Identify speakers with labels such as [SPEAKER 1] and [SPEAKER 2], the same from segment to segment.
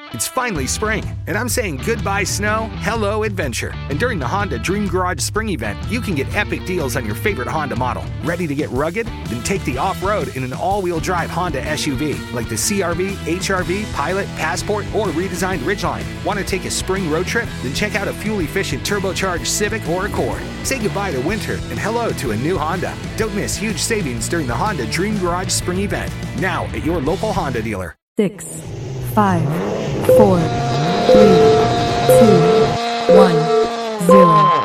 [SPEAKER 1] It's finally spring, and I'm saying goodbye snow, hello adventure. And during the Honda Dream Garage Spring Event, you can get epic deals on your favorite Honda model. Ready to get rugged? Then take the off-road in an all-wheel drive Honda SUV, like the CR-V, HR-V, Pilot, Passport, or redesigned Ridgeline. Want to take a spring road trip? Then check out a fuel-efficient turbocharged Civic or Accord. Say goodbye to winter and hello to a new Honda. Don't miss huge savings during the Honda Dream Garage Spring Event. Now at your local Honda dealer.
[SPEAKER 2] 6, 5, 4, 3, 2, 1, 0.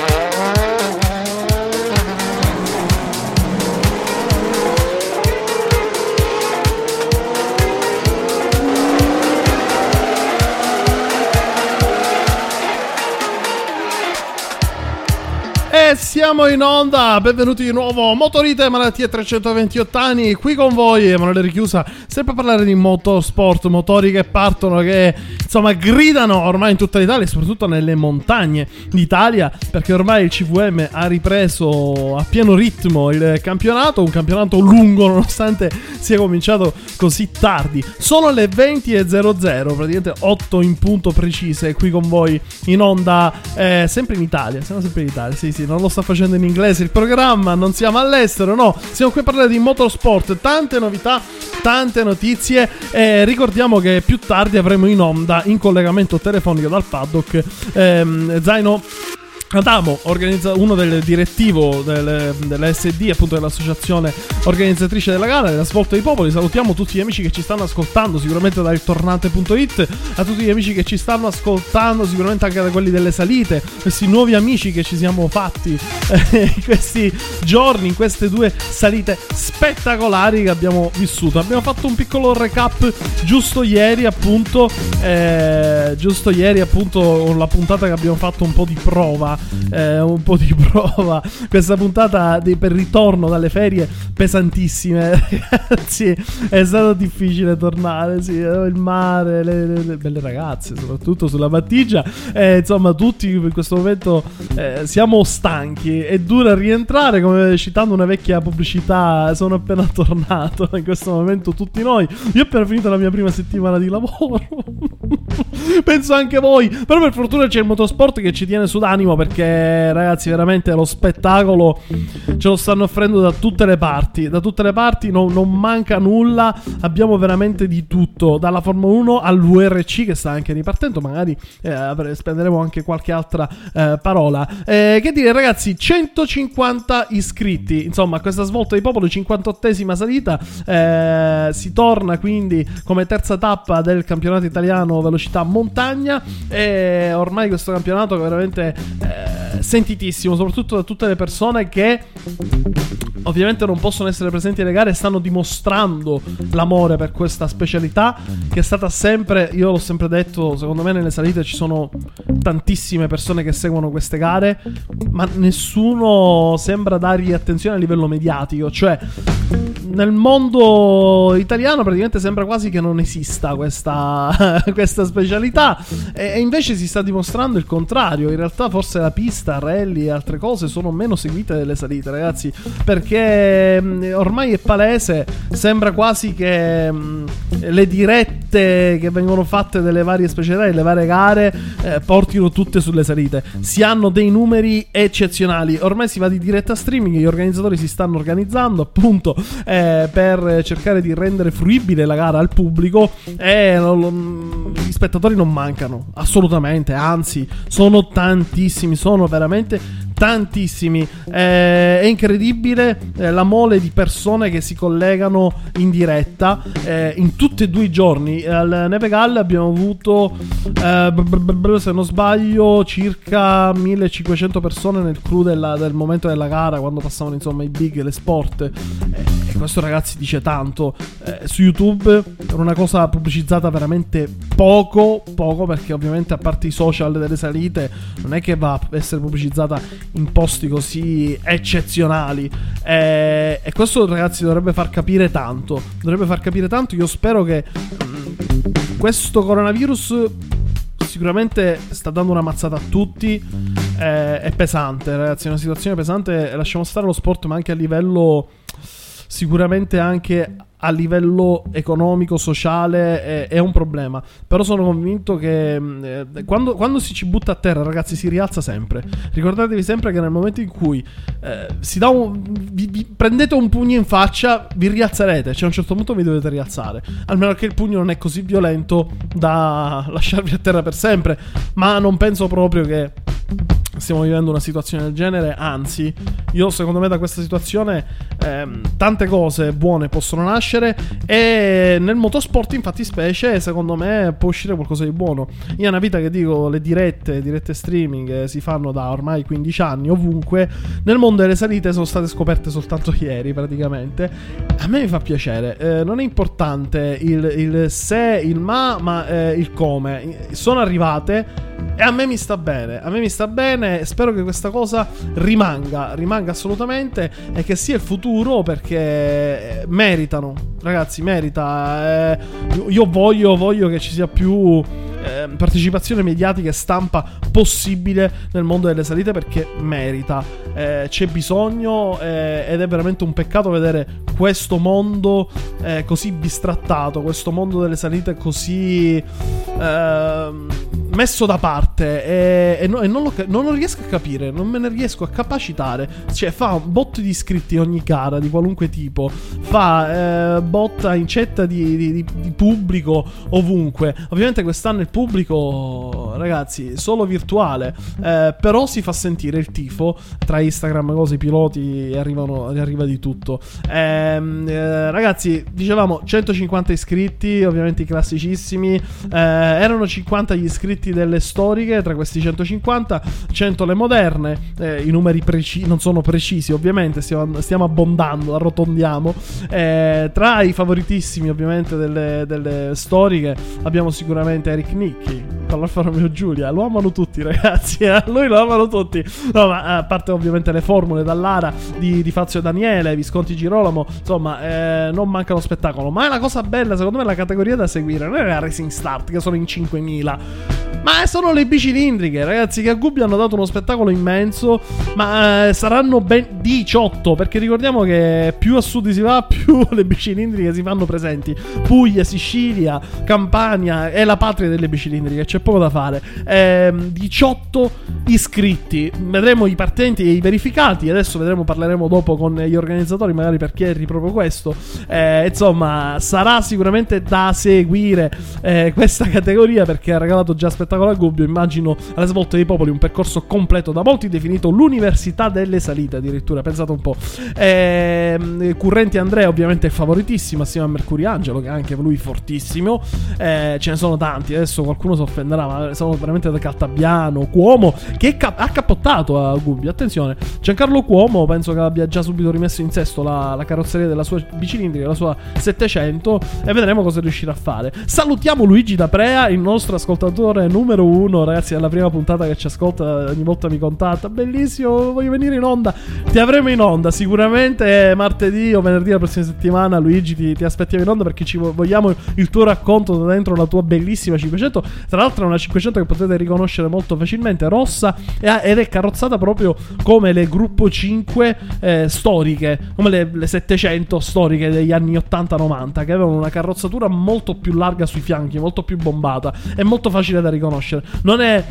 [SPEAKER 3] E siamo in onda, benvenuti di nuovo, Motorite Malattie 328 anni, qui con voi Emanuele Richiusa, sempre a parlare di motorsport, motori che partono, che insomma gridano ormai in tutta l'Italia e soprattutto nelle montagne d'Italia, perché ormai il CVM ha ripreso a pieno ritmo il campionato, un campionato lungo nonostante sia cominciato così tardi. Sono le 20:00, praticamente 8 in punto precise, qui con voi in onda, sempre in Italia, siamo sempre in Italia, sì, non lo sta facendo in inglese il programma, non siamo all'estero, no, siamo qui a parlare di motorsport, tante novità, tante notizie, e ricordiamo che più tardi avremo in onda, in collegamento telefonico dal paddock, Zaino Adamo, uno del direttivo dell'SD, appunto dell'associazione organizzatrice della gara, della Svolta dei Popoli. Salutiamo tutti gli amici che ci stanno ascoltando, sicuramente da iltornante.it, a tutti gli amici che ci stanno ascoltando, sicuramente anche da quelli delle salite, questi nuovi amici che ci siamo fatti in questi giorni, in queste due salite spettacolari che abbiamo vissuto. Abbiamo fatto un piccolo recap giusto ieri, appunto, la puntata che abbiamo fatto un po' di prova. Questa puntata per ritorno dalle ferie pesantissime, ragazzi, è stato difficile tornare, sì, il mare, le belle ragazze soprattutto sulla battigia, insomma tutti in questo momento siamo stanchi, è dura rientrare, come citando una vecchia pubblicità, sono appena tornato in questo momento tutti noi, io ho appena finito la mia prima settimana di lavoro penso anche voi, però per fortuna c'è il motorsport che ci tiene su d'animo, perché ragazzi veramente lo spettacolo ce lo stanno offrendo da tutte le parti, non manca nulla, abbiamo veramente di tutto, dalla Formula 1 all'URC che sta anche ripartendo, magari spenderemo anche qualche altra parola, che dire ragazzi, 150 iscritti, insomma questa Svolta dei Popoli, 58esima salita, si torna quindi come terza tappa del campionato italiano velocità montagna, e ormai questo campionato che veramente sentitissimo, soprattutto da tutte le persone che ovviamente non possono essere presenti alle gare e stanno dimostrando l'amore per questa specialità che è stata sempre, io l'ho sempre detto, secondo me nelle salite ci sono tantissime persone che seguono queste gare, ma nessuno sembra dargli attenzione a livello mediatico, cioè nel mondo italiano praticamente sembra quasi che non esista questa specialità, e invece si sta dimostrando il contrario. In realtà forse la pista, rally e altre cose sono meno seguite delle salite, ragazzi, perché ormai è palese, sembra quasi che le dirette che vengono fatte delle varie specialità, delle varie gare, portino tutte sulle salite. Si hanno dei numeri eccezionali, ormai si va di diretta streaming, gli organizzatori si stanno organizzando appunto per cercare di rendere fruibile la gara al pubblico, e gli spettatori non mancano assolutamente, anzi sono tantissimi, sono veramente tantissimi, è incredibile la mole di persone che si collegano in diretta in tutti e due i giorni. Al Neve Gall abbiamo avuto se non sbaglio circa 1500 persone nel crew del momento della gara, quando passavano insomma i big, le sport, e questo ragazzi dice tanto. Su YouTube era una cosa pubblicizzata veramente poco, perché ovviamente a parte i social delle salite non è che va a essere pubblicizzata in posti così eccezionali, e questo ragazzi dovrebbe far capire tanto. Io spero che questo coronavirus sicuramente sta dando una mazzata a tutti, è pesante ragazzi, è una situazione pesante, lasciamo stare lo sport, ma anche a livello sicuramente anche a livello economico, sociale è un problema, però sono convinto che quando si ci butta a terra, ragazzi, si rialza sempre. Ricordatevi sempre che nel momento in cui si dà vi prendete un pugno in faccia, vi rialzerete, cioè a un certo punto vi dovete rialzare, almeno che il pugno non è così violento da lasciarvi a terra per sempre, ma non penso proprio che stiamo vivendo una situazione del genere. Anzi, io secondo me da questa situazione tante cose buone possono nascere, e nel motorsport infatti specie secondo me può uscire qualcosa di buono. Io è una vita che dico, le dirette streaming si fanno da ormai 15 anni ovunque. Nel mondo delle salite sono state scoperte soltanto ieri praticamente. A me mi fa piacere, non è importante il se, il ma il come. Sono arrivate e a me mi sta bene, spero che questa cosa rimanga assolutamente, e che sia il futuro, perché meritano, ragazzi, merita. Io voglio che ci sia più partecipazione mediatica e stampa possibile nel mondo delle salite, perché merita, c'è bisogno, ed è veramente un peccato vedere questo mondo così bistrattato, questo mondo delle salite così messo da parte, e non lo riesco a capire, non me ne riesco a capacitare. Cioè, fa un botto di iscritti ogni gara di qualunque tipo, fa botta incetta di pubblico ovunque. Ovviamente quest'anno il pubblico, ragazzi, solo virtuale, però si fa sentire il tifo tra Instagram, cose, i piloti, arriva di tutto. Ragazzi, dicevamo 150 iscritti, ovviamente i classicissimi, erano 50 gli iscritti delle storiche, tra questi 150 100 le moderne. I numeri non sono precisi, ovviamente stiamo abbondando, arrotondiamo. Tra i favoritissimi ovviamente delle storiche abbiamo sicuramente Eric Nicchi con l'Alfa Romeo Giulia. Lo amano tutti, ragazzi, lui lo amano tutti. No, ma a parte ovviamente le formule dall'Ara di Fazio e Daniele, Visconti Girolamo, insomma, non mancano spettacolo. Ma è la cosa bella, secondo me, la categoria da seguire non è la Racing Start, che sono in 5.000, ma sono le bicilindriche, ragazzi, che a Gubbio hanno dato uno spettacolo immenso. Ma saranno ben 18, perché ricordiamo che più a sud si va, più le bicilindriche si fanno presenti. Puglia, Sicilia, Campania è la patria delle bicilindriche, c'è poco da fare. 18 iscritti, vedremo i partenti e i verificati. Adesso parleremo dopo con gli organizzatori, magari perché è proprio questo. Insomma, sarà sicuramente da seguire questa categoria, perché ha regalato già spettacolo a Gubbio. Immagino alle svolte dei popoli un percorso completo, da molti definito l'università delle salite addirittura, pensate un po'. Currenti Andrea ovviamente è favoritissimo, assieme a Mercuriangelo, che è anche lui fortissimo. Ce ne sono tanti, adesso qualcuno si offenderà, ma sono veramente da Caltabiano, Cuomo, che ha cappottato a Gubbio. Attenzione, Giancarlo Cuomo penso che abbia già subito rimesso in sesto la carrozzeria della sua bicilindrica, la sua 700, e vedremo cosa riuscirà a fare. Salutiamo Luigi D'Aprea, il nostro ascoltatore numero 1, ragazzi, è la prima puntata che ci ascolta, ogni volta mi contatta, bellissimo, voglio venire in onda. Ti avremo in onda sicuramente martedì o venerdì la prossima settimana, Luigi, ti aspettiamo in onda, perché ci vogliamo il tuo racconto da dentro la tua bellissima 500. Tra l'altro è una 500 che potete riconoscere molto facilmente, rossa, ed è carrozzata proprio come le gruppo 5 storiche, come le 700 storiche degli anni 80-90, che avevano una carrozzatura molto più larga sui fianchi, molto più bombata, è molto facile da riconoscere. Non è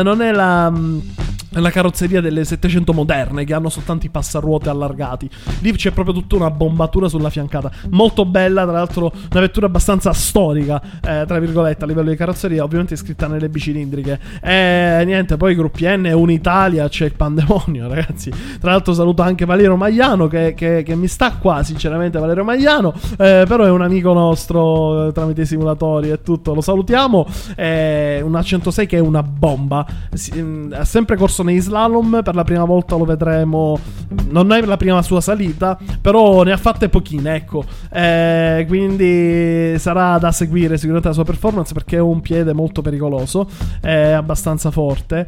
[SPEAKER 3] la carrozzeria delle 700 moderne, che hanno soltanto i passaruote allargati. Lì c'è proprio tutta una bombatura sulla fiancata, molto bella, tra l'altro una vettura abbastanza storica, tra virgolette, a livello di carrozzeria, ovviamente iscritta nelle bicilindriche. Niente, poi gruppi N e Unitalia, c'è il pandemonio, ragazzi. Tra l'altro saluto anche Valerio Magliano, che mi sta qua, sinceramente, Valerio Magliano, però è un amico nostro tramite i simulatori e tutto, lo salutiamo. Una 106 che è una bomba, ha sempre corso nei slalom, per la prima volta lo vedremo, non è la prima sua salita, però ne ha fatte pochine, ecco. Quindi sarà da seguire sicuramente la sua performance, perché è un piede molto pericoloso, è abbastanza forte,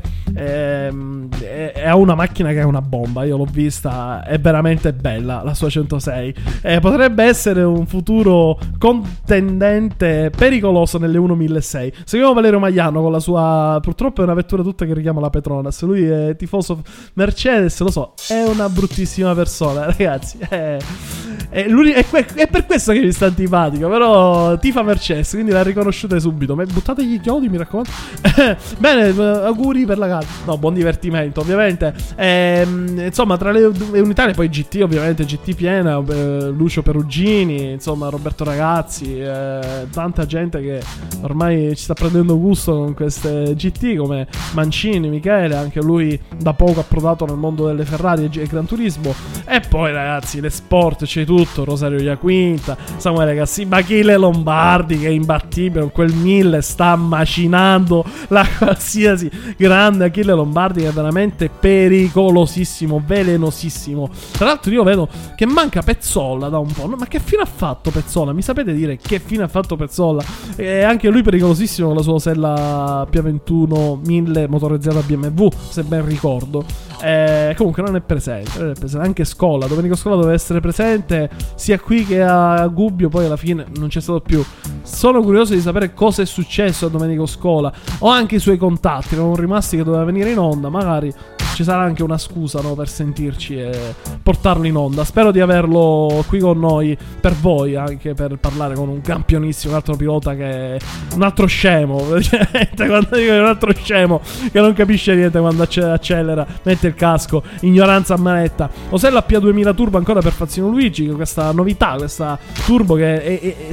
[SPEAKER 3] ha una macchina che è una bomba. Io l'ho vista, è veramente bella la sua 106, potrebbe essere un futuro contendente pericoloso nelle 1.600. Seguiamo Valerio Magliano con la sua, purtroppo è una vettura tutta che richiama la Petronas, lui è tifoso Mercedes, lo so, è una bruttissima persona, ragazzi, È per questo che mi sta antipatico. Però tifa per Chess, quindi l'ha riconosciuta subito. Ma buttategli i chiodi, mi raccomando. Bene, auguri per la gara. No, buon divertimento, ovviamente. Insomma, tra le unità, poi GT, ovviamente, GT piena. Lucio Perugini, insomma, Roberto Ragazzi. Tanta gente che ormai ci sta prendendo gusto con queste GT, come Mancini, Michele, anche lui da poco approdato nel mondo delle Ferrari e Gran Turismo. E poi, ragazzi, le sport, c'è tutto. Rosario Iaquinta, Samuele Cassi, Achille Lombardi, che è imbattibile con quel 1000, sta macinando la qualsiasi grande. Achille Lombardi che è veramente pericolosissimo, velenosissimo. Tra l'altro io vedo che manca Pezzolla da un po'. No, ma che fine ha fatto Pezzolla? Mi sapete dire che fine ha fatto Pezzolla? E anche lui pericolosissimo con la sua Sella P21 1000 motorizzata BMW, se ben ricordo. Comunque non è presente. Anche Scola, Domenico Scola doveva essere presente sia qui che a Gubbio, poi alla fine non c'è stato più. Sono curioso di sapere cosa è successo a Domenico Scola, o anche i suoi contatti erano rimasti, che doveva venire in onda. Magari ci sarà anche una scusa, no, per sentirci e portarlo in onda. Spero di averlo qui con noi per voi, anche per parlare con un campionissimo, un altro pilota che è un altro scemo. Quando dico un altro scemo che non capisce niente quando accelera, mette il casco, ignoranza a manetta. Osella P2000 Turbo ancora per Fazzino Luigi, questa novità, questa turbo che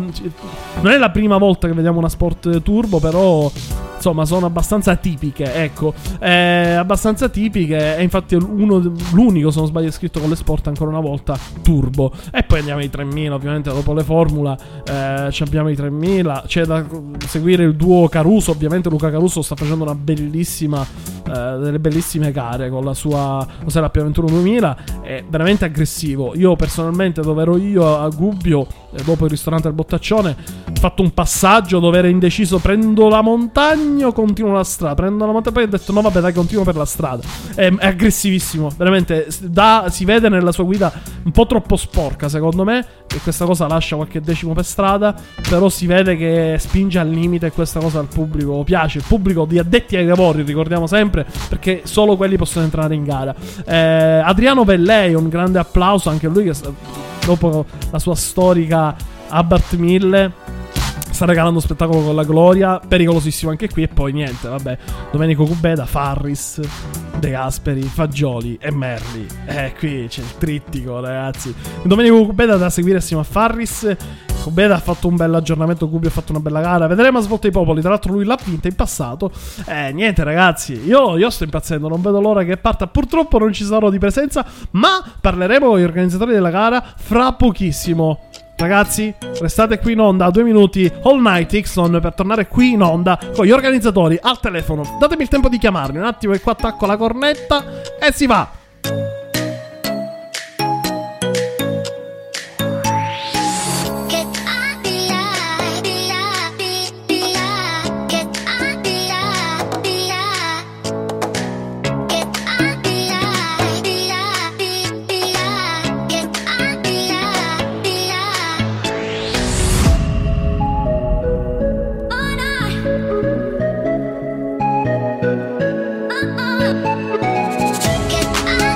[SPEAKER 3] non è la prima volta che vediamo una sport turbo, però insomma sono abbastanza tipiche, ecco, abbastanza tipiche. E infatti l'unico, se non sbaglio, scritto con le sport ancora una volta turbo. E poi andiamo ai 3000, ovviamente dopo le Formula abbiamo i 3000. C'è da seguire il duo Caruso, ovviamente Luca Caruso sta facendo una bellissima delle bellissime gare con la sua Osella P21 2000. È veramente aggressivo. Io personalmente, dove ero io a Gubbio, dopo il ristorante del Bottaccione, ho fatto un passaggio dove ero indeciso: prendo la montagna o continuo la strada? Prendo la montagna, poi ho detto no vabbè dai, continuo per la strada. È aggressivissimo, veramente. Si vede nella sua guida un po' troppo sporca, secondo me, e questa cosa lascia qualche decimo per strada, però si vede che spinge al limite, e questa cosa al pubblico piace. Il pubblico di addetti ai lavori, ricordiamo sempre, perché solo quelli possono entrare in gara. Adriano Vellei, un grande applauso anche a lui, che dopo la sua storica Abarth 1000 sta regalando spettacolo con la Gloria, pericolosissimo anche qui. E poi niente, vabbè, Domenico Cubeda, Farris, De Gasperi, Fagioli e Merli. Qui c'è il trittico, ragazzi. Domenico Cubeda da seguire assieme a Farris. Cubeda ha fatto un bel aggiornamento, Gubbio ha fatto una bella gara. Vedremo a Svolta ai Popoli, tra l'altro lui l'ha vinta in passato. Niente ragazzi, io sto impazzendo, non vedo l'ora che parta. Purtroppo non ci sarò di presenza, ma parleremo con gli organizzatori della gara fra pochissimo. Ragazzi, restate qui in onda a 2 minuti All Night Ixon per tornare qui in onda con gli organizzatori al telefono. Datemi il tempo di chiamarli un attimo, e qua attacco la cornetta e si va.
[SPEAKER 4] Get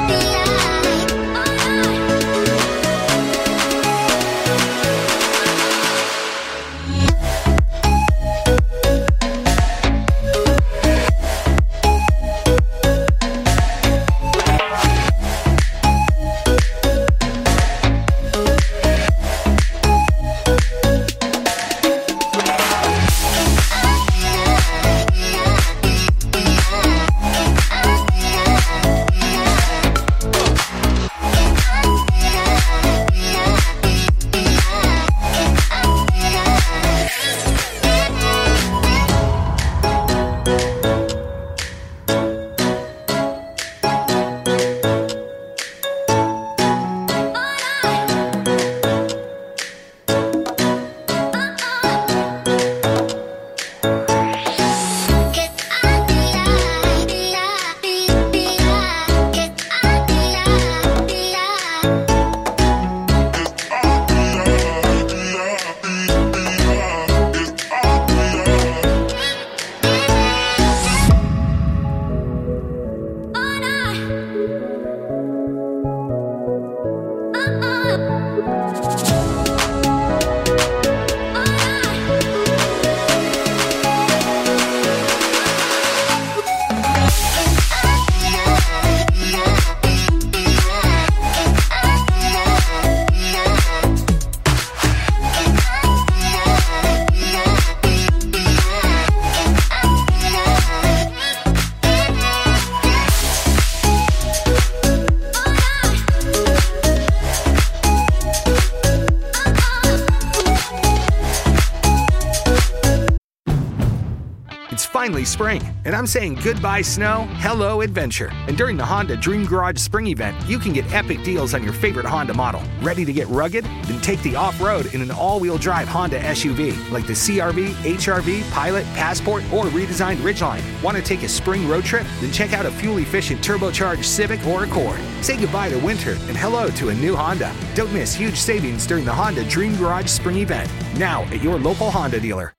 [SPEAKER 1] It's finally spring, and I'm saying goodbye snow, hello adventure. And during the Honda Dream Garage Spring Event, you can get epic deals on your favorite Honda model. Ready to get rugged? Then take the off-road in an all-wheel drive Honda SUV like the CR-V, HR-V, Pilot, Passport, or redesigned Ridgeline. Want to take a spring road trip? Then check out a fuel-efficient turbocharged Civic or Accord. Say goodbye to winter and hello to a new Honda. Don't miss huge savings during the Honda Dream Garage Spring Event. Now at your local Honda dealer.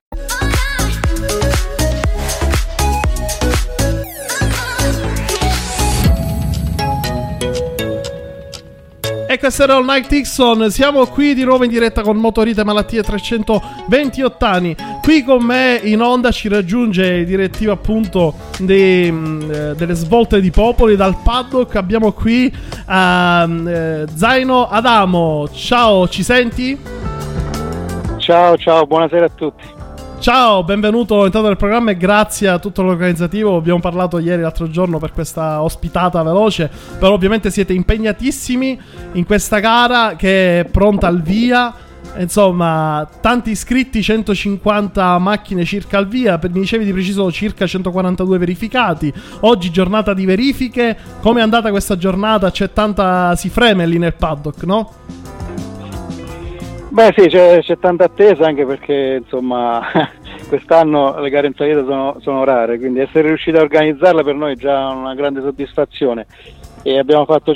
[SPEAKER 3] E questo era All Night Dixon. Siamo qui di nuovo in diretta con Motorite Malattie 328 anni. Qui con me in onda ci raggiunge il direttivo appunto delle svolte di popoli dal paddock. Abbiamo qui Zaino Adamo. Ciao, ci senti?
[SPEAKER 4] Ciao, buonasera a tutti.
[SPEAKER 3] Ciao, benvenuto intanto nel programma e grazie a tutto l'organizzativo. Abbiamo parlato ieri, l'altro giorno, per questa ospitata veloce, però ovviamente siete impegnatissimi in questa gara che è pronta al via. Insomma, tanti iscritti, 150 macchine circa al via. Mi dicevi di preciso circa 142 verificati. Oggi giornata di verifiche. Come è andata questa giornata? C'è tanta, si freme lì nel paddock, no?
[SPEAKER 4] Beh sì, c'è tanta attesa, anche perché insomma quest'anno le gare in salita sono rare, quindi essere riusciti a organizzarle per noi è già una grande soddisfazione. E abbiamo fatto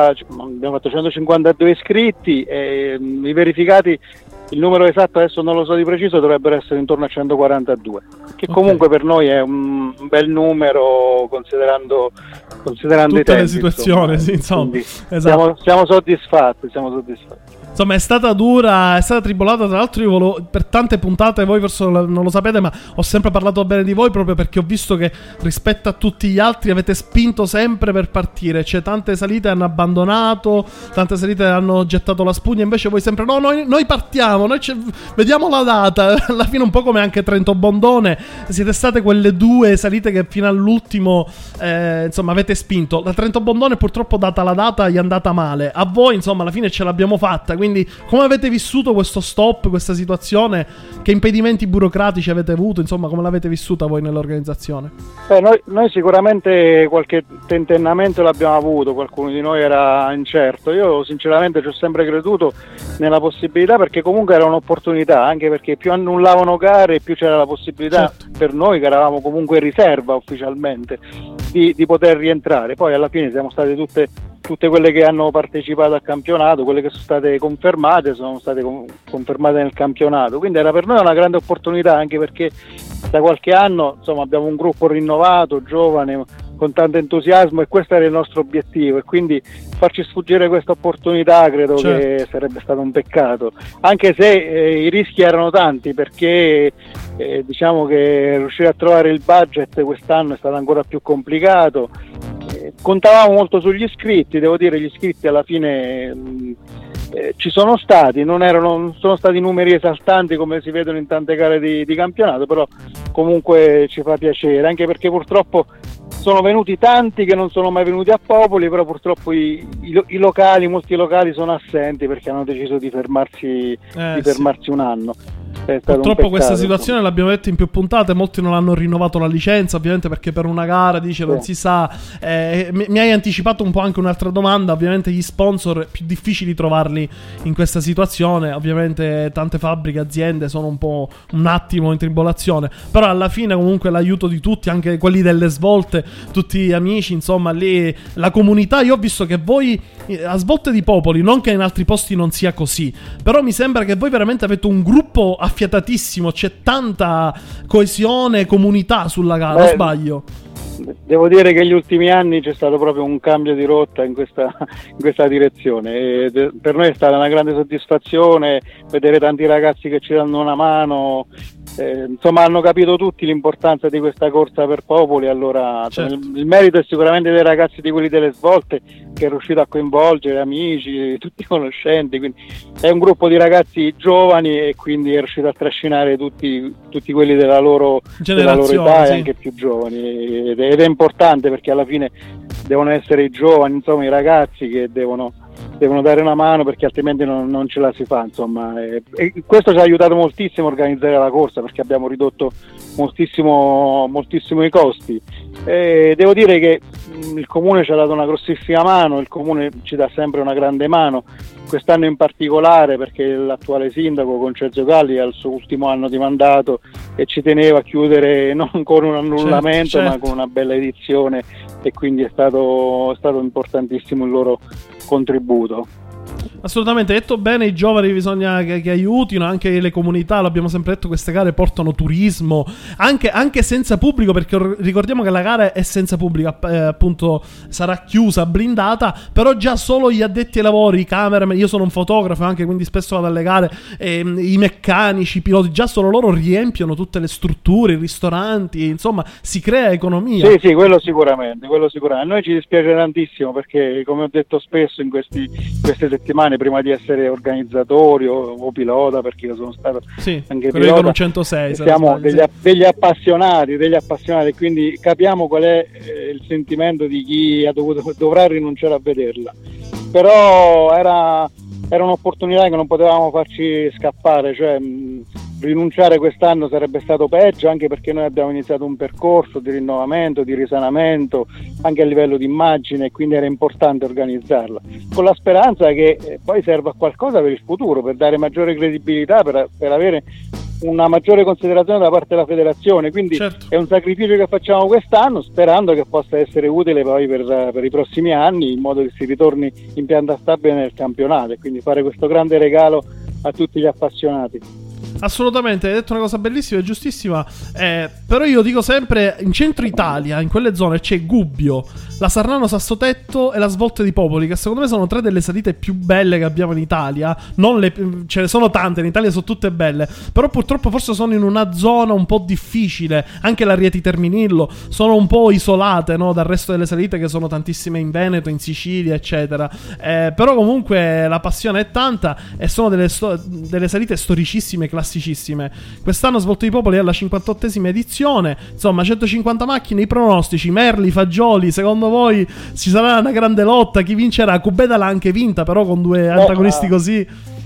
[SPEAKER 4] 152 iscritti e i verificati, il numero esatto adesso non lo so di preciso, dovrebbero essere intorno a 142, che comunque per noi è un bel numero considerando
[SPEAKER 3] tutte
[SPEAKER 4] i tempi,
[SPEAKER 3] le situazioni, sì, insomma.
[SPEAKER 4] Esatto. Siamo soddisfatti.
[SPEAKER 3] Insomma, è stata dura, è stata tribolata. Tra l'altro io volevo, per tante puntate, voi forse non lo sapete, ma ho sempre parlato bene di voi proprio perché ho visto che rispetto a tutti gli altri avete spinto sempre per partire. Cioè, tante salite hanno abbandonato, tante salite hanno gettato la spugna, invece voi sempre no, noi partiamo, vediamo la data. Alla fine un po' come anche Trento Bondone, siete state quelle due salite che fino all'ultimo insomma avete spinto. La Trento Bondone purtroppo, data la data, gli è andata male. A voi insomma alla fine ce l'abbiamo fatta. Quindi come avete vissuto questo stop, questa situazione? Che impedimenti burocratici avete avuto? Insomma, come l'avete vissuta voi nell'organizzazione?
[SPEAKER 4] Noi sicuramente qualche tentennamento l'abbiamo avuto, qualcuno di noi era incerto. Io sinceramente ci ho sempre creduto nella possibilità, perché comunque era un'opportunità, anche perché più annullavano gare più c'era la possibilità, certo, per noi che eravamo comunque in riserva ufficialmente, di poter rientrare. Poi alla fine siamo state tutte quelle che hanno partecipato al campionato, quelle che sono state confermate nel campionato, quindi era per noi una grande opportunità, anche perché da qualche anno insomma abbiamo un gruppo rinnovato, giovane, con tanto entusiasmo, e questo era il nostro obiettivo, e quindi farci sfuggire questa opportunità credo, certo, che sarebbe stato un peccato, anche se i rischi erano tanti, perché diciamo che riuscire a trovare il budget quest'anno è stato ancora più complicato. Contavamo molto sugli iscritti, devo dire, gli iscritti alla fine ci sono stati, non sono stati numeri esaltanti come si vedono in tante gare di campionato, però comunque ci fa piacere, anche perché purtroppo sono venuti tanti che non sono mai venuti a Popoli, però purtroppo molti locali sono assenti perché hanno deciso di fermarsi un anno.
[SPEAKER 3] Purtroppo questa situazione l'abbiamo detto in più puntate, molti non hanno rinnovato la licenza, ovviamente perché per una gara dice non si sa. Mi hai anticipato un po' anche un'altra domanda, ovviamente gli sponsor più difficili trovarli in questa situazione, ovviamente tante fabbriche, aziende sono un attimo in tribolazione, però alla fine comunque l'aiuto di tutti, anche quelli delle svolte, tutti gli amici, insomma lì la comunità. Io ho visto che voi a Svolte di Popoli, non che in altri posti non sia così, però mi sembra che voi veramente avete un gruppo affiatatissimo, c'è tanta coesione, comunità sulla gara, o sbaglio?
[SPEAKER 4] Devo dire che negli ultimi anni c'è stato proprio un cambio di rotta in questa direzione, e per noi è stata una grande soddisfazione vedere tanti ragazzi che ci danno una mano, insomma hanno capito tutti l'importanza di questa corsa per Popoli. Allora, certo, il merito è sicuramente dei ragazzi di quelli delle Svolte, che è riuscito a coinvolgere amici, tutti conoscenti, quindi è un gruppo di ragazzi giovani, e quindi è riuscito a trascinare tutti quelli della loro età, sì, e anche più giovani, ed è importante, perché alla fine devono essere i giovani, insomma i ragazzi, che devono devono dare una mano perché altrimenti non ce la si fa, insomma, e questo ci ha aiutato moltissimo a organizzare la corsa perché abbiamo ridotto moltissimo i costi. Devo dire che il comune ci ha dato una grossissima mano, il comune ci dà sempre una grande mano, quest'anno in particolare perché l'attuale sindaco Concezio Galli è al suo ultimo anno di mandato e ci teneva a chiudere non con un annullamento
[SPEAKER 3] certo.
[SPEAKER 4] ma con una bella edizione, e quindi è stato importantissimo il loro contributo.
[SPEAKER 3] Assolutamente, detto bene, i giovani bisogna che aiutino, anche le comunità, l'abbiamo sempre detto, queste gare portano turismo, anche senza pubblico, perché ricordiamo che la gara è senza pubblico, appunto sarà chiusa, blindata, però già solo gli addetti ai lavori, i cameraman, io sono un fotografo anche, quindi spesso vado alle gare, i meccanici, i piloti, già solo loro riempiono tutte le strutture, i ristoranti, insomma si crea economia.
[SPEAKER 4] Sì, quello sicuramente. A noi ci dispiace tantissimo perché, come ho detto spesso in queste settimane, prima di essere organizzatori o pilota, perché io sono stato anche pilota,
[SPEAKER 3] con un 106,
[SPEAKER 4] siamo degli appassionati, quindi capiamo qual è il sentimento di chi dovrà rinunciare a vederla, però era un'opportunità che non potevamo farci scappare, cioè rinunciare quest'anno sarebbe stato peggio, anche perché noi abbiamo iniziato un percorso di rinnovamento, di risanamento anche a livello di immagine, e quindi era importante organizzarla, con la speranza che poi serva a qualcosa per il futuro, per dare maggiore credibilità, per avere una maggiore considerazione da parte della federazione, quindi certo. È un sacrificio che facciamo quest'anno, sperando che possa essere utile poi per i prossimi anni, in modo che si ritorni in pianta stabile nel campionato, e quindi fare questo grande regalo a tutti gli appassionati.
[SPEAKER 3] Assolutamente, hai detto una cosa bellissima e giustissima, però io dico sempre, in centro Italia, in quelle zone c'è Gubbio, la Sarnano Sassotetto e la Svolte di Popoli, che secondo me sono tre delle salite più belle che abbiamo in Italia. Ce ne sono tante, in Italia sono tutte belle, però purtroppo forse sono in una zona un po' difficile, anche la Rieti Terminillo sono un po' isolate, no, dal resto delle salite, che sono tantissime in Veneto, in Sicilia, eccetera, però comunque la passione è tanta e sono delle salite storicissime, classicissime. Quest'anno Svolte di Popoli è alla 58esima edizione, insomma 150 macchine. I pronostici: Merli, Fagioli, secondo voi ci sarà una grande lotta? Chi vincerà? Cubeda l'ha anche vinta, però con due antagonisti così.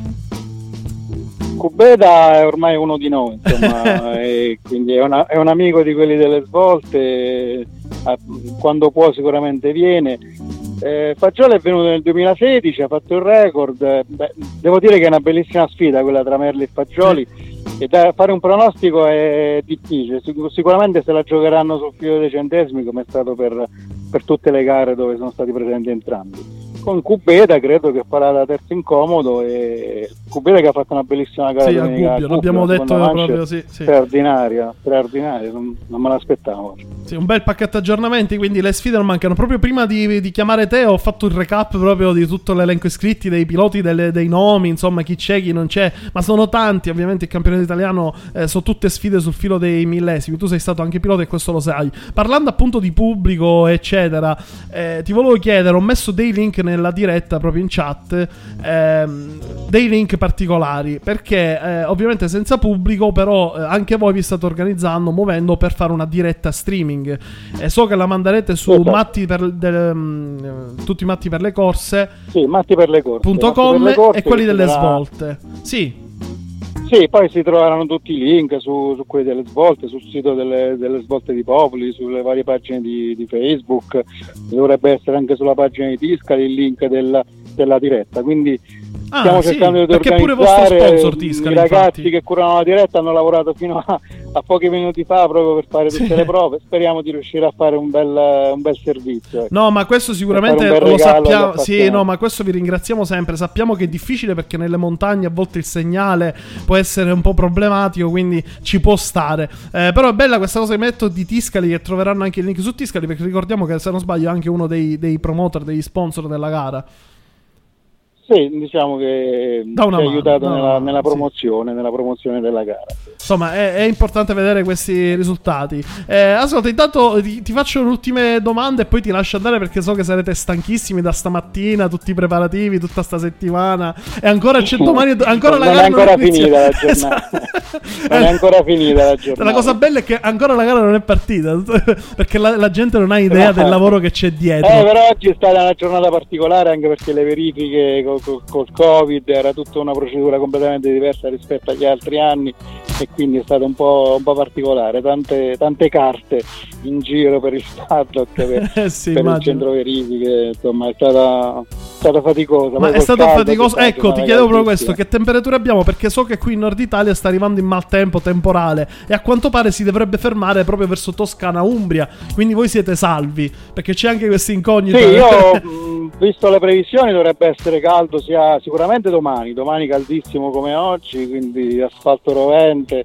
[SPEAKER 4] Cubeda è ormai uno di noi, insomma, e quindi è un amico di quelli delle Svolte, quando può sicuramente viene. Fagioli è venuto nel 2016, ha fatto il record. Devo dire che è una bellissima sfida quella tra Merli e Fagioli, e fare un pronostico è difficile. Sicuramente se la giocheranno sul filo dei centesimi, come è stato per tutte le gare dove sono stati presenti entrambi. Con Cubeda credo che farà da terzo incomodo, e Cubeda che ha fatto una bellissima gara
[SPEAKER 3] a Gubbio, l'abbiamo detto proprio, sì.
[SPEAKER 4] straordinaria, non me l'aspettavo.
[SPEAKER 3] Sì, un bel pacchetto aggiornamenti, quindi le sfide non mancano. Proprio prima di chiamare te ho fatto il recap proprio di tutto l'elenco iscritti, dei piloti, dei nomi, insomma chi c'è, chi non c'è, ma sono tanti. Ovviamente il campionato italiano sono tutte sfide sul filo dei millesimi. Tu sei stato anche pilota e questo lo sai. Parlando appunto di pubblico eccetera, ti volevo chiedere, ho messo dei link nella diretta proprio in chat, dei link particolari, perché ovviamente senza pubblico, però anche voi vi state organizzando, muovendo per fare una diretta streaming. So che la manderete su Matti tutti Matti per le corse,
[SPEAKER 4] sì, Matti per le corse.com
[SPEAKER 3] e quelli delle Svolte. Sì,
[SPEAKER 4] poi si troveranno tutti i link su quelli delle Svolte, sul sito delle Svolte di Popoli, sulle varie pagine di Facebook. Dovrebbe essere anche sulla pagina di Tiscali il link della diretta, quindi stiamo cercando di
[SPEAKER 3] organizzare. Pure vostro sponsor Tiscali,
[SPEAKER 4] i ragazzi che curano la diretta hanno lavorato fino a pochi minuti fa proprio per fare tutte le prove. Speriamo di riuscire a fare un bel servizio, ecco.
[SPEAKER 3] No, ma questo sicuramente lo sappiamo. Sì, no, ma questo vi ringraziamo sempre. Sappiamo che è difficile perché nelle montagne a volte il segnale può essere un po' problematico, quindi ci può stare, però è bella questa cosa che metto di Tiscali, che troveranno anche il link su Tiscali, perché ricordiamo che, se non sbaglio, è anche uno dei promoter, degli sponsor della gara.
[SPEAKER 4] Sì, diciamo che ci ha aiutato nella promozione della gara.
[SPEAKER 3] Insomma, è importante vedere questi risultati. Ascolta, intanto ti faccio le ultime domande e poi ti lascio andare, perché so che sarete stanchissimi da stamattina, tutti i preparativi, tutta sta settimana. E ancora c'è domani, ancora la gara
[SPEAKER 4] non è ancora finita la giornata. Non è ancora finita la giornata.
[SPEAKER 3] La cosa bella è che ancora la gara non è partita, perché la gente non ha idea del lavoro che c'è dietro.
[SPEAKER 4] Però oggi è stata una giornata particolare, anche perché le verifiche col Covid era tutta una procedura completamente diversa rispetto agli altri anni, e quindi è stato un po' particolare, tante carte in giro per il paddock, per il centro verifiche, insomma è stata faticosa.
[SPEAKER 3] Ma è stato faticoso, ecco, ti chiedo proprio questo, che temperature abbiamo, perché so che qui in Nord Italia sta arrivando in maltempo temporale e a quanto pare si dovrebbe fermare proprio verso Toscana, Umbria, quindi voi siete salvi, perché c'è anche questa incognita.
[SPEAKER 4] Sì, io visto le previsioni dovrebbe essere caldo sia sicuramente domani caldissimo come oggi, quindi asfalto rovente,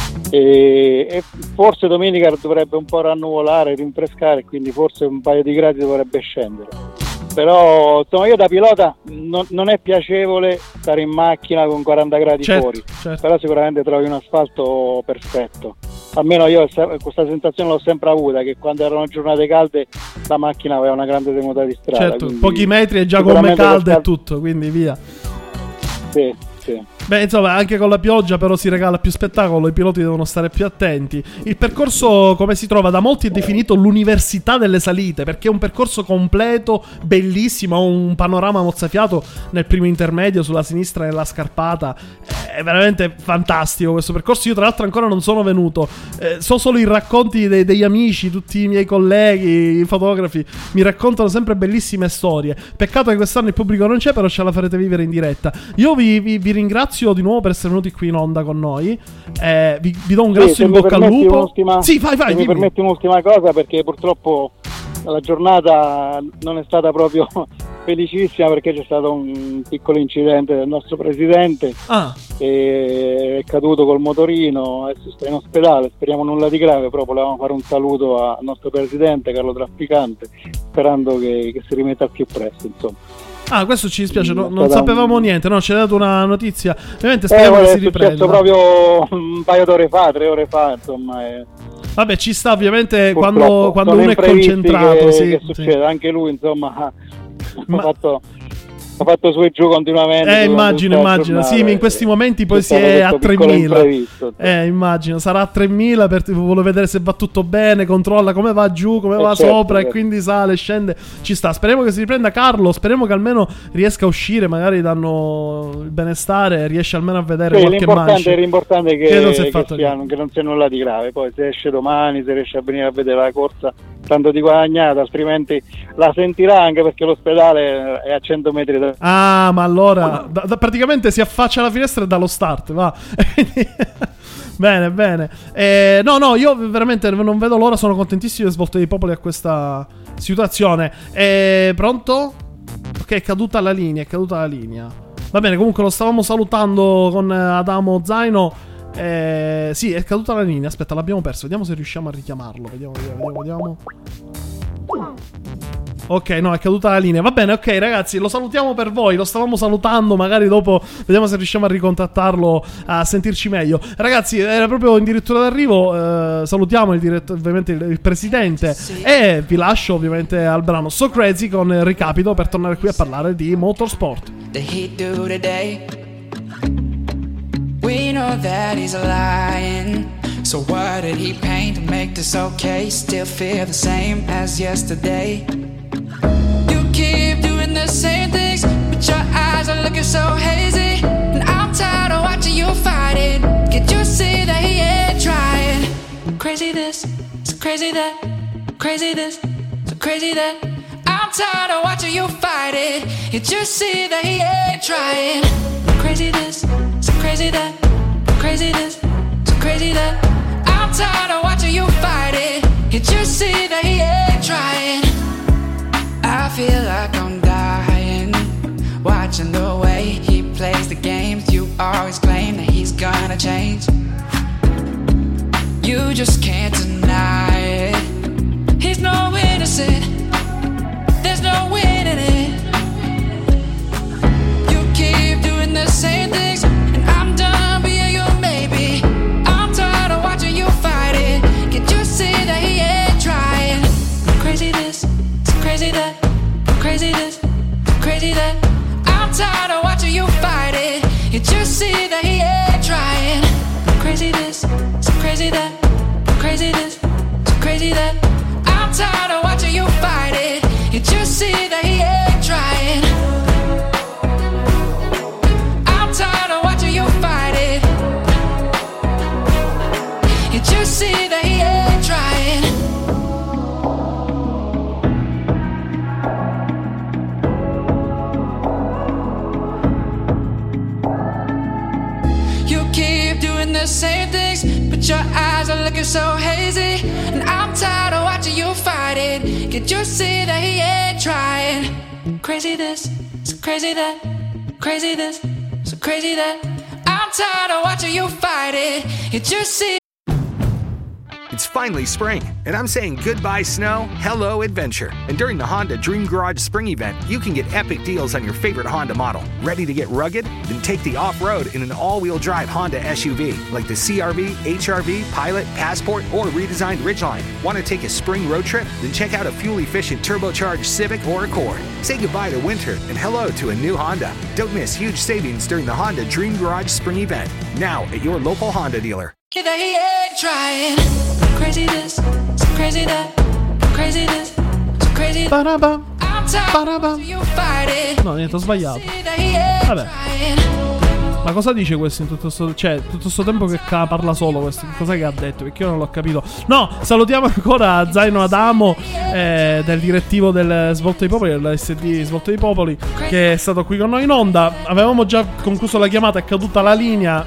[SPEAKER 4] e forse domenica dovrebbe un po' rannuvolare, rinfrescare, quindi forse un paio di gradi dovrebbe scendere. Però insomma, io da pilota non è piacevole stare in macchina con 40 gradi fuori, però sicuramente trovi un asfalto perfetto. Almeno io questa sensazione l'ho sempre avuta, che quando erano giornate calde la macchina aveva una grande tenuta di strada.
[SPEAKER 3] Certo, pochi metri e già gomme calde e tutto, quindi via.
[SPEAKER 4] Sì.
[SPEAKER 3] Beh, insomma, anche con la pioggia però si regala più spettacolo, i piloti devono stare più attenti. Il percorso, come si trova, da molti è definito l'università delle salite, perché è un percorso completo, bellissimo, ha un panorama mozzafiato nel primo intermedio sulla sinistra nella scarpata. È veramente fantastico questo percorso. Io tra l'altro ancora non sono venuto, so solo i racconti degli amici, tutti i miei colleghi, i fotografi mi raccontano sempre bellissime storie. Peccato che quest'anno il pubblico non c'è, però ce la farete vivere in diretta. Io vi ringrazio di nuovo per essere venuti qui in onda con noi. Vi do un grosso in bocca al lupo. Sì, vai.
[SPEAKER 4] Mi permetti un'ultima cosa, perché purtroppo la giornata non è stata proprio felicissima, perché c'è stato un piccolo incidente del nostro presidente, è caduto col motorino, adesso sta in ospedale, speriamo nulla di grave, però volevamo fare un saluto al nostro presidente Carlo Trafficante, sperando che si rimetta al più presto, insomma.
[SPEAKER 3] Questo ci dispiace, non sapevamo niente, no? Ci hai dato una notizia. Ovviamente speriamo che si riprenda.
[SPEAKER 4] È successo proprio un paio d'ore fa, 3 ore fa, insomma.
[SPEAKER 3] Vabbè, ci sta ovviamente quando uno è concentrato.
[SPEAKER 4] Che succede, anche lui, insomma, ha fatto su e giù continuamente.
[SPEAKER 3] Immagino. Sì, in questi momenti poi si è a 3.000. Immagino, sarà a 3.000 vuole vedere se va tutto bene, controlla come va giù, come va sopra, e quindi sale, scende. Ci sta. Speriamo che si riprenda Carlo, speriamo che almeno riesca a uscire, magari danno il benestare, riesce almeno a vedere qualche manche.
[SPEAKER 4] L'importante è che non sia nulla di grave. Poi se esce domani, se riesce a venire a vedere la corsa, tanto di guadagnato, altrimenti la sentirà, anche perché l'ospedale è a 100 metri da...
[SPEAKER 3] ma allora praticamente si affaccia alla finestra e dà lo start, va. Bene. No, io veramente non vedo l'ora, sono contentissimo di Svolta dei Popoli a questa situazione. Pronto? Ok, è caduta la linea. Va bene, comunque lo stavamo salutando con Adamo Zaino. Sì, è caduta la linea. Aspetta, l'abbiamo perso. Vediamo se riusciamo a richiamarlo. Vediamo. Ok, no, è caduta la linea. Va bene, ok, ragazzi, lo salutiamo per voi. Lo stavamo salutando, magari dopo vediamo se riusciamo a ricontattarlo, a sentirci meglio. Ragazzi, era proprio addirittura d'arrivo. Salutiamo ovviamente il presidente, e vi lascio ovviamente al brano So Crazy con il ricapito per tornare qui a parlare di motorsport.
[SPEAKER 5] We know that he's lying. So what did he paint to make this okay? Still feel the same as yesterday. You keep doing the same things, but your eyes are looking so hazy. And I'm tired of watching you fight it. Can't you see that he ain't trying? Crazy this, so crazy that. Crazy this, so crazy that. I'm tired of watching you fight it. Can't you see that he ain't trying? Crazy this, so crazy that. Crazy this, so crazy that. I'm tired of watching you fight it. Can't you see that he ain't trying? I feel like I'm dying, watching the way he plays the games. You always claim that he's gonna change. You just can't deny it. He's no innocent, there's no winning it. crazy this, so crazy that. I'm tired of watching you fight it. You just see that he ain't trying. I'm tired of watching you fight it. You just see that he ain't trying. You keep doing the same things, but your eyes are looking so hazy. And I'm tired of watching you fight it. Can't you see that he ain't trying? Crazy this, so crazy that. Crazy this, so crazy that. I'm tired of watching you fight it. You just see.
[SPEAKER 1] It's finally spring, and I'm saying goodbye snow, hello adventure. And during the Honda Dream Garage Spring Event, you can get epic deals on your favorite Honda model. Ready to get rugged? Then take the off-road in an all-wheel drive Honda SUV, like the CR-V, HR-V, Pilot, Passport, or redesigned Ridgeline. Want to take a spring road trip? Then check out a fuel-efficient turbocharged Civic or Accord. Say goodbye to winter and hello to a new Honda. Don't miss huge savings during the Honda Dream Garage Spring Event, now at your local Honda dealer.
[SPEAKER 5] That he ain't trying. Crazy this, so crazy that. Crazy this, so crazy that.
[SPEAKER 3] Ba-da-ba.
[SPEAKER 5] I'm tired
[SPEAKER 3] Ba-da-ba.
[SPEAKER 5] of you fight it.
[SPEAKER 3] No, niente, ho sbagliato.
[SPEAKER 5] See that he ain't
[SPEAKER 3] Vabbè.
[SPEAKER 5] trying.
[SPEAKER 3] Ma cosa dice questo in tutto sto, cioè, tutto sto tempo che parla solo questo? Cos'è che ha detto? Perché io non l'ho capito. No, salutiamo ancora Zaino Adamo, del direttivo del Svolto dei Popoli, dell'SD Svolto dei Popoli, che è stato qui con noi in onda. Avevamo già concluso la chiamata, è caduta la linea,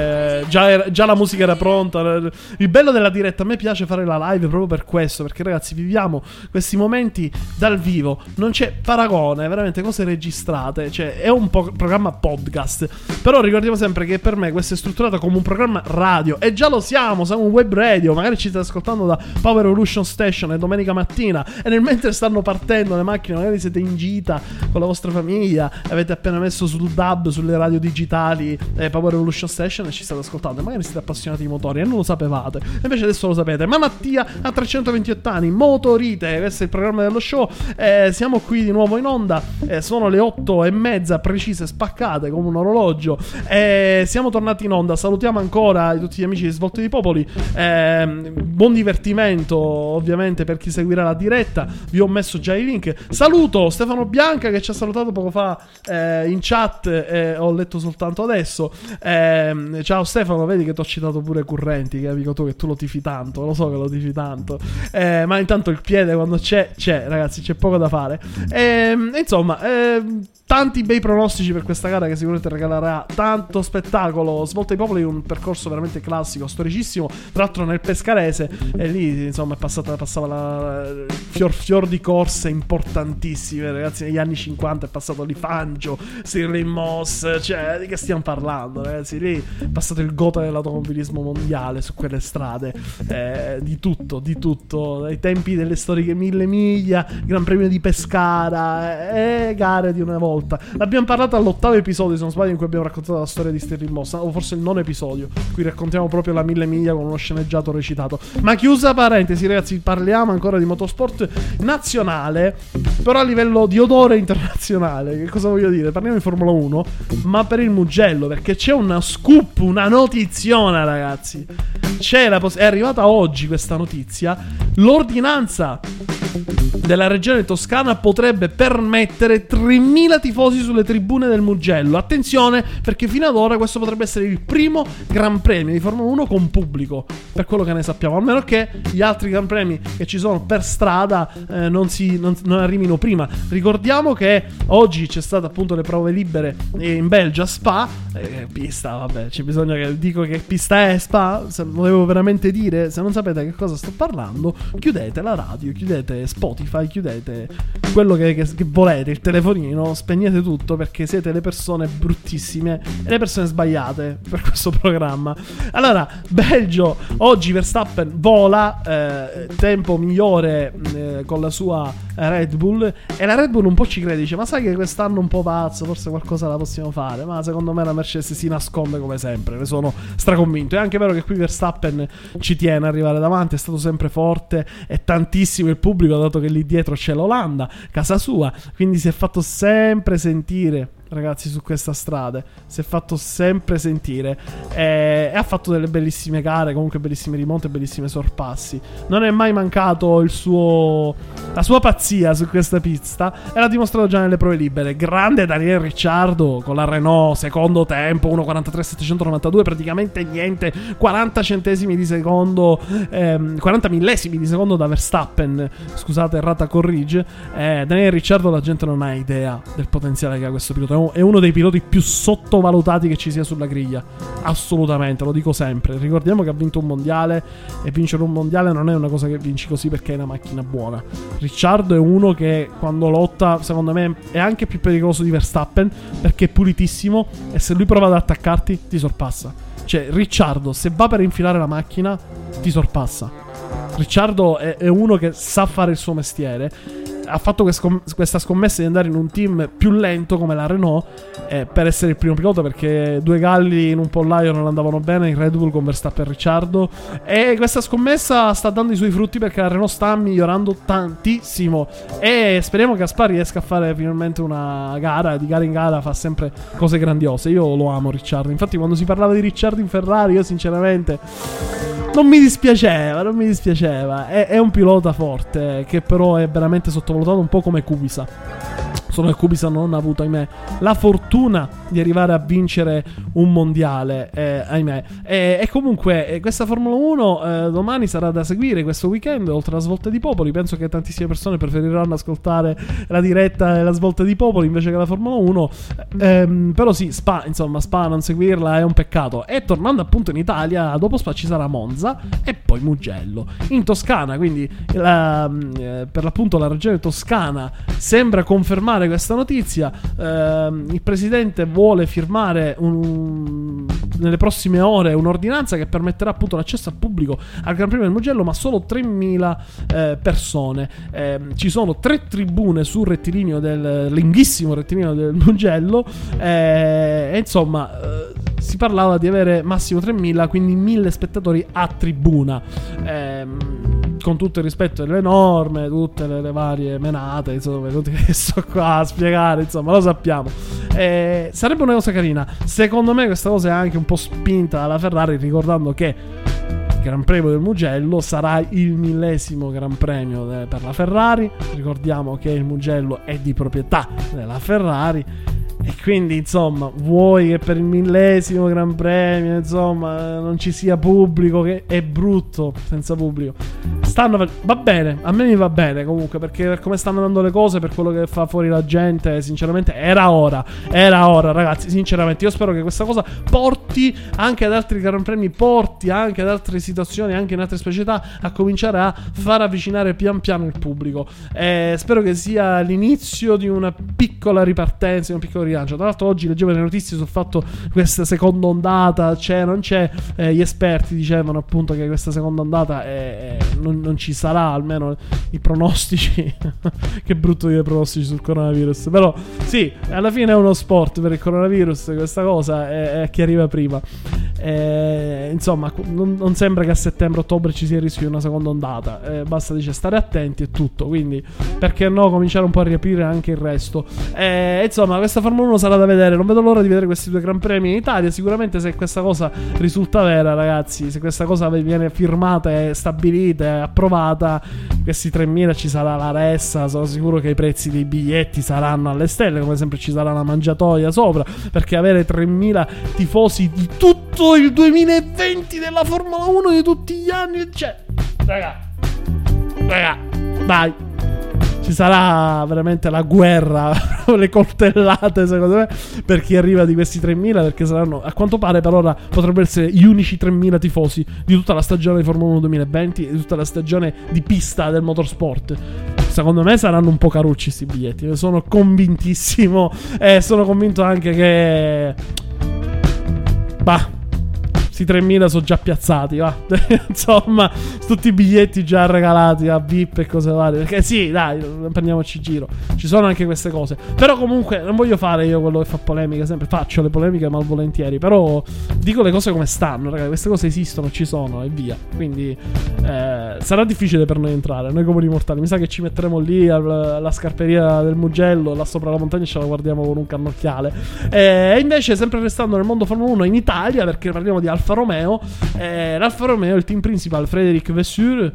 [SPEAKER 3] già la musica era pronta. Il bello della diretta, a me piace fare la live proprio per questo, perché ragazzi viviamo questi momenti dal vivo, non c'è paragone, veramente cose registrate, cioè è un programma podcast. Però ricordiamo sempre che per me questo è strutturato come un programma radio, e già lo siamo un web radio. Magari ci state ascoltando da Power Evolution Station, è domenica mattina, e nel mentre stanno partendo le macchine, magari siete in gita con la vostra famiglia, avete appena messo sul DAB, sulle radio digitali, Power Evolution Station, e ci state ascoltando, e magari siete appassionati di motori e non lo sapevate, e invece adesso lo sapete. Ma Mattia ha 328 anni, Motorite, questo è il programma dello show. Siamo qui di nuovo in onda, sono le 8:30 precise, spaccate come un orologio. Siamo tornati in onda. Salutiamo ancora tutti gli amici di Svolto dei Popoli. Buon divertimento ovviamente per chi seguirà la diretta. Vi ho messo già i link. Saluto Stefano Bianca che ci ha salutato poco fa in chat, ho letto soltanto adesso. Ciao Stefano, vedi che ti ho citato pure Currenti, che è amico tuo, che tu lo tifi tanto. Lo so che lo tifi tanto, ma intanto il piede quando c'è ragazzi, c'è poco da fare. Insomma, tanti bei pronostici per questa gara che sicuramente regalerà tanto spettacolo. Svolta ai Popoli è un percorso veramente classico, storicissimo, tra l'altro nel Pescarese, e lì insomma passava fior di corse importantissime, ragazzi. Negli anni 50 è passato Lee Fangio, Stirling Moss, cioè di che stiamo parlando, ragazzi? Lì è passato il gota dell'automobilismo mondiale su quelle strade, di tutto, dai tempi delle storiche 1000 miglia, Gran Premio di Pescara, gare di una volta. L'abbiamo parlato all'8º episodio, se non sbaglio, in cui abbiamo raccontato la storia di Stirling Moss, o forse il 9º episodio, in cui raccontiamo proprio la 1000 miglia con uno sceneggiato recitato. Ma chiusa parentesi, ragazzi, parliamo ancora di motorsport nazionale, però a livello di odore internazionale. Che cosa voglio dire? Parliamo di Formula 1, ma per il Mugello, perché c'è una scoop, una notiziona, ragazzi. È arrivata oggi questa notizia. L'ordinanza della regione toscana potrebbe permettere 3.000 tifosi sulle tribune del Mugello. Attenzione, perché fino ad ora questo potrebbe essere il primo Gran Premio di Formula 1 con pubblico, per quello che ne sappiamo, almeno che gli altri Gran Premi che ci sono per strada non arrivino prima. Ricordiamo che oggi c'è stata appunto le prove libere in Belgio a Spa, pista, vabbè, c'è bisogno che dico che pista è Spa, se lo devo veramente dire. Se non sapete che cosa sto parlando, chiudete la radio, chiudete Spotify, chiudete quello che volete, il telefonino, spegnete tutto, perché siete le persone bruttissime e le persone sbagliate per questo programma. Allora, Belgio, oggi Verstappen vola, tempo migliore con la sua Red Bull, e la Red Bull un po' ci crede, dice: ma sai che quest'anno un po' pazzo, forse qualcosa la possiamo fare. Ma secondo me la Mercedes si nasconde come sempre, ne sono straconvinto. È anche vero che qui Verstappen ci tiene ad arrivare davanti, è stato sempre forte, è tantissimo il pubblico, dato che lì dietro c'è l'Olanda, casa sua, quindi si è fatto sempre sentire ragazzi, su questa strada. Si è fatto sempre sentire e ha fatto delle bellissime gare, comunque bellissime rimonte, bellissime sorpassi. Non è mai mancato la sua pazzia su questa pista, e l'ha dimostrato già nelle prove libere. Grande Daniel Ricciardo con la Renault, secondo tempo 1:43.792, praticamente niente, 40 centesimi di secondo, 40 millesimi di secondo da Verstappen, scusate, errata corrige. Daniel Ricciardo, la gente non ha idea del potenziale che ha questo pilota, è uno dei piloti più sottovalutati che ci sia sulla griglia, assolutamente, lo dico sempre. Ricordiamo che ha vinto un mondiale, e vincere un mondiale non è una cosa che vinci così perché è una macchina buona. Ricciardo è uno che quando lotta, secondo me, è anche più pericoloso di Verstappen perché è pulitissimo, e se lui prova ad attaccarti ti sorpassa. Cioè Ricciardo, se va per infilare la macchina, ti sorpassa. Ricciardo è uno che sa fare il suo mestiere. Ha fatto questa scommessa di andare in un team più lento come la Renault, per essere il primo pilota, perché due galli in un pollaio non andavano bene in Red Bull con Verstappen e Ricciardo, e questa scommessa sta dando i suoi frutti perché la Renault sta migliorando tantissimo, e speriamo che Aspar riesca a fare finalmente una gara, di gara in gara fa sempre cose grandiose. Io lo amo Ricciardo, infatti quando si parlava di Ricciardo in Ferrari io sinceramente non mi dispiaceva. È un pilota forte, che però è veramente sottovalutato, un po' come Kubica. Solo che Kubica non ha avuto, ahimè, la fortuna di arrivare a vincere un mondiale, ahimè. E comunque questa Formula 1 domani sarà da seguire, questo weekend, oltre alla Svolta di Popoli. Penso che tantissime persone preferiranno ascoltare la diretta e la Svolta di Popoli invece che la Formula 1. Però sì, Spa non seguirla è un peccato. E tornando appunto in Italia, dopo Spa ci sarà Monza e poi Mugello in Toscana, quindi per l'appunto la regione Toscana sembra confermare questa notizia. Il presidente vuole firmare nelle prossime ore un'ordinanza che permetterà appunto l'accesso al pubblico al Gran Premio del Mugello, ma solo 3.000 persone. Ci sono 3 tribune sul rettilineo del lunghissimo rettilineo del Mugello, e insomma si parlava di avere massimo 3.000, quindi 1.000 spettatori a tribuna, con tutto il rispetto delle norme, tutte le varie menate, insomma, che sto qua a spiegare, insomma, lo sappiamo. Sarebbe una cosa carina. Secondo me questa cosa è anche un po' spinta dalla Ferrari, ricordando che il Gran Premio del Mugello sarà il 1000° Gran Premio per la Ferrari. Ricordiamo che il Mugello è di proprietà della Ferrari, e quindi insomma, vuoi che per il 1000° Gran Premio insomma non ci sia pubblico, che è brutto senza pubblico. Va bene, a me mi va bene comunque, perché per come stanno andando le cose, per quello che fa fuori la gente, sinceramente era ora ragazzi, sinceramente io spero che questa cosa porti anche ad altri Gran Premi, porti anche ad altre situazioni, anche in altre specialità, a cominciare a far avvicinare pian piano il pubblico. Spero che sia l'inizio di una piccola ripartenza, di un piccolo rilancio. Tra l'altro oggi leggevo le notizie sul fatto questa seconda ondata c'è, non c'è. Gli esperti dicevano appunto che questa seconda ondata non ci sarà, almeno i pronostici che brutto dire pronostici sul coronavirus, però sì, alla fine è uno sport per il coronavirus questa cosa, è chi arriva prima. Insomma, non sembra che a settembre-ottobre ci sia il rischio di una seconda ondata, basta, dice, stare attenti e tutto, quindi perché no cominciare un po' a riaprire anche il resto. Insomma, questa Formula 1 sarà da vedere, non vedo l'ora di vedere questi 2 Gran Premi in Italia. Sicuramente se questa cosa risulta vera, ragazzi, se questa cosa viene firmata e stabilita e approvata, questi 3.000 ci sarà la ressa, sono sicuro che i prezzi dei biglietti saranno alle stelle, come sempre ci sarà la mangiatoia sopra, perché avere 3.000 tifosi di tutto il 2020 della Formula 1, di tutti gli anni, cioè raga, dai, ci sarà veramente la guerra, le coltellate secondo me per chi arriva di questi 3.000, perché saranno, a quanto pare per ora potrebbero essere gli unici 3.000 tifosi di tutta la stagione di Formula 1 2020 e di tutta la stagione di pista del motorsport. Secondo me saranno un po' carucci sti biglietti, ne sono convintissimo, e sono convinto anche che questi 3.000 sono già piazzati, va. Insomma, tutti i biglietti già regalati a VIP e cose varie. Perché sì, dai, prendiamoci giro. Ci sono anche queste cose. Però comunque non voglio fare io quello che fa polemica. Sempre faccio le polemiche malvolentieri. Però dico le cose come stanno, ragazzi. Queste cose esistono, ci sono e via. Quindi sarà difficile per noi entrare. Noi comuni mortali. Mi sa che ci metteremo lì alla scarperia del Mugello, là sopra la montagna, e ce la guardiamo con un cannocchiale. E invece, sempre restando nel mondo Formula 1 in Italia, perché parliamo di Alfa Romeo, l'Alfa Romeo, il team principal Frédéric Vasseur,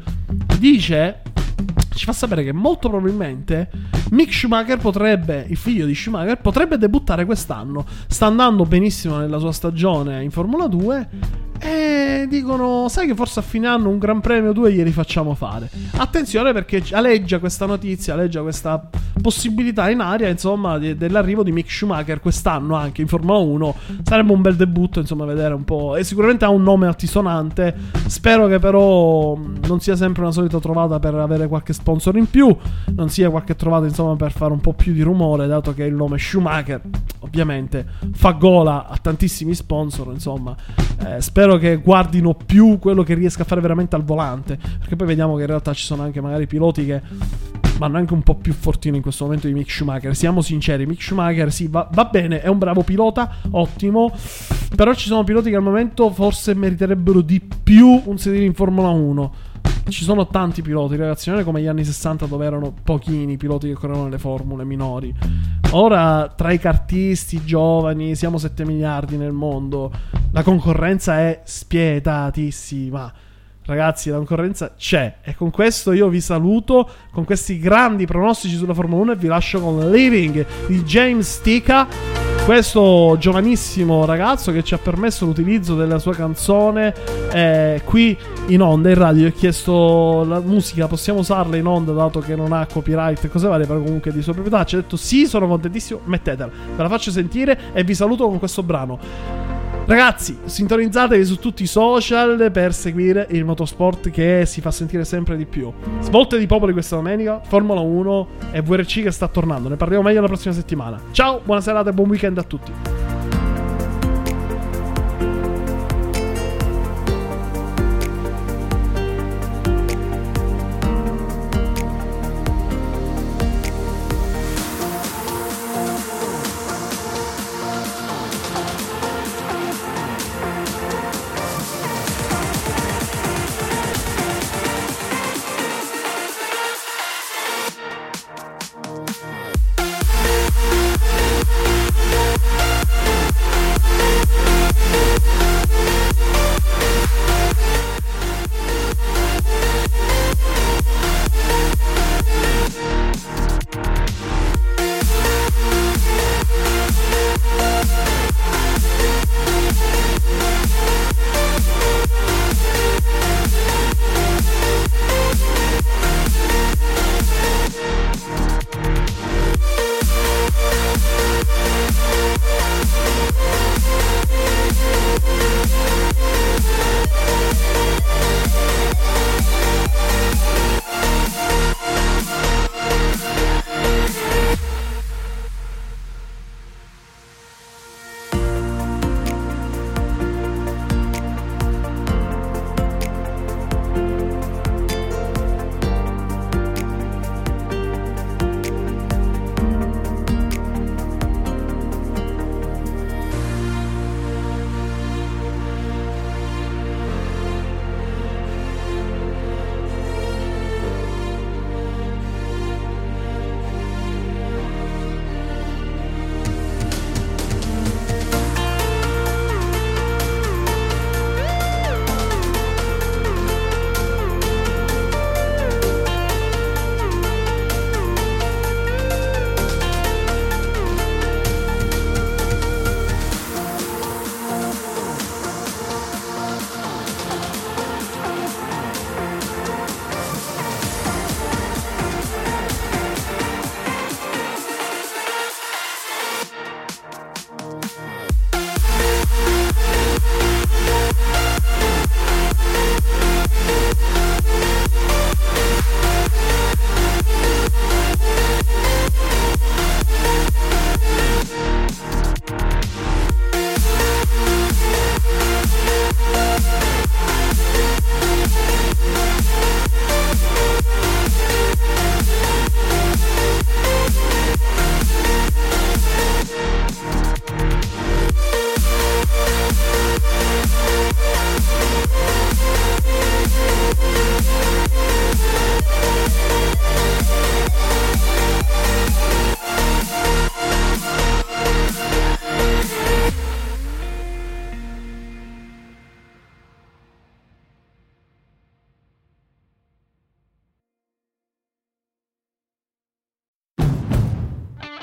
[SPEAKER 3] ci fa sapere che molto probabilmente Mick Schumacher il figlio di Schumacher, potrebbe debuttare quest'anno. Sta andando benissimo nella sua stagione in Formula 2 e dicono, sai che forse a fine anno un Gran Premio 2 glieli facciamo fare. Attenzione, perché aleggia questa notizia, aleggia questa possibilità in aria, insomma, dell'arrivo di Mick Schumacher quest'anno anche in Formula 1. Sarebbe un bel debutto, insomma, vedere un po'. E sicuramente ha un nome altisonante. Spero che però non sia sempre una solita trovata per avere qualche sponsor in più, non sia qualche trovata, insomma, per fare un po' più di rumore, dato che il nome Schumacher ovviamente fa gola a tantissimi sponsor, insomma. Spero che guardino più quello che riesca a fare veramente al volante, perché poi vediamo che in realtà ci sono anche magari piloti che vanno anche un po' più fortini in questo momento di Mick Schumacher. Siamo sinceri, Mick Schumacher sì, va bene, è un bravo pilota, ottimo, però ci sono piloti che al momento forse meriterebbero di più un sedile in Formula 1. Ci sono tanti piloti, ragazzi, non è come gli anni 60 dove erano pochini piloti che correvano nelle formule minori. Ora tra i kartisti giovani siamo 7 miliardi nel mondo, la concorrenza è spietatissima. Ragazzi, la concorrenza c'è. E con questo io vi saluto con questi grandi pronostici sulla Formula 1 e vi lascio con Living di James Tika, questo giovanissimo ragazzo che ci ha permesso l'utilizzo della sua canzone qui in onda, in radio. Io ho chiesto la musica, possiamo usarla in onda dato che non ha copyright e cose varie, però comunque di sua proprietà. Ci ha detto sì, sono contentissimo, mettetela, ve la faccio sentire e vi saluto con questo brano. Ragazzi, sintonizzatevi su tutti i social per seguire il motorsport che si fa sentire sempre di più. Svolte di popoli questa domenica, Formula 1 e VRC che sta tornando. Ne parliamo meglio la prossima settimana. Ciao, buona serata e buon weekend a tutti.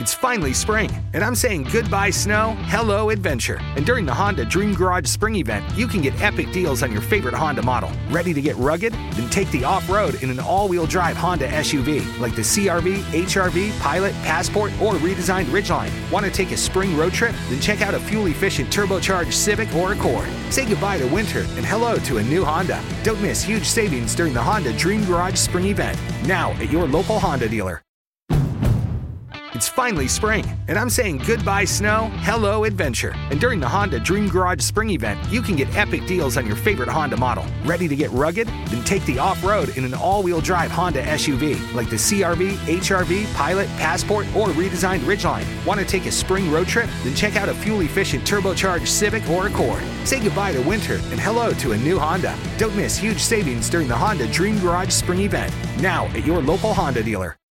[SPEAKER 1] It's finally spring, and I'm saying goodbye snow, hello adventure. And during the Honda Dream Garage Spring Event, you can get epic deals on your favorite Honda model. Ready to get rugged? Then take the off-road in an all-wheel drive Honda SUV like the CR-V, HR-V, Pilot, Passport, or redesigned Ridgeline. Want to take a spring road trip? Then check out a fuel-efficient turbocharged Civic or Accord. Say goodbye to winter and hello to a new Honda. Don't miss huge savings during the Honda Dream Garage Spring Event, now at your local Honda dealer. It's finally spring, and I'm saying goodbye snow, hello adventure. And during the Honda Dream Garage Spring Event, you can get epic deals on your favorite Honda model. Ready to get rugged? Then take the off-road in an all-wheel drive Honda SUV like the CR-V, HR-V, Pilot, Passport, or redesigned Ridgeline. Want to take a spring road trip? Then check out a fuel-efficient turbocharged Civic or Accord. Say goodbye to winter and hello to a new Honda. Don't miss huge savings during the Honda Dream Garage Spring Event, now at your local Honda dealer.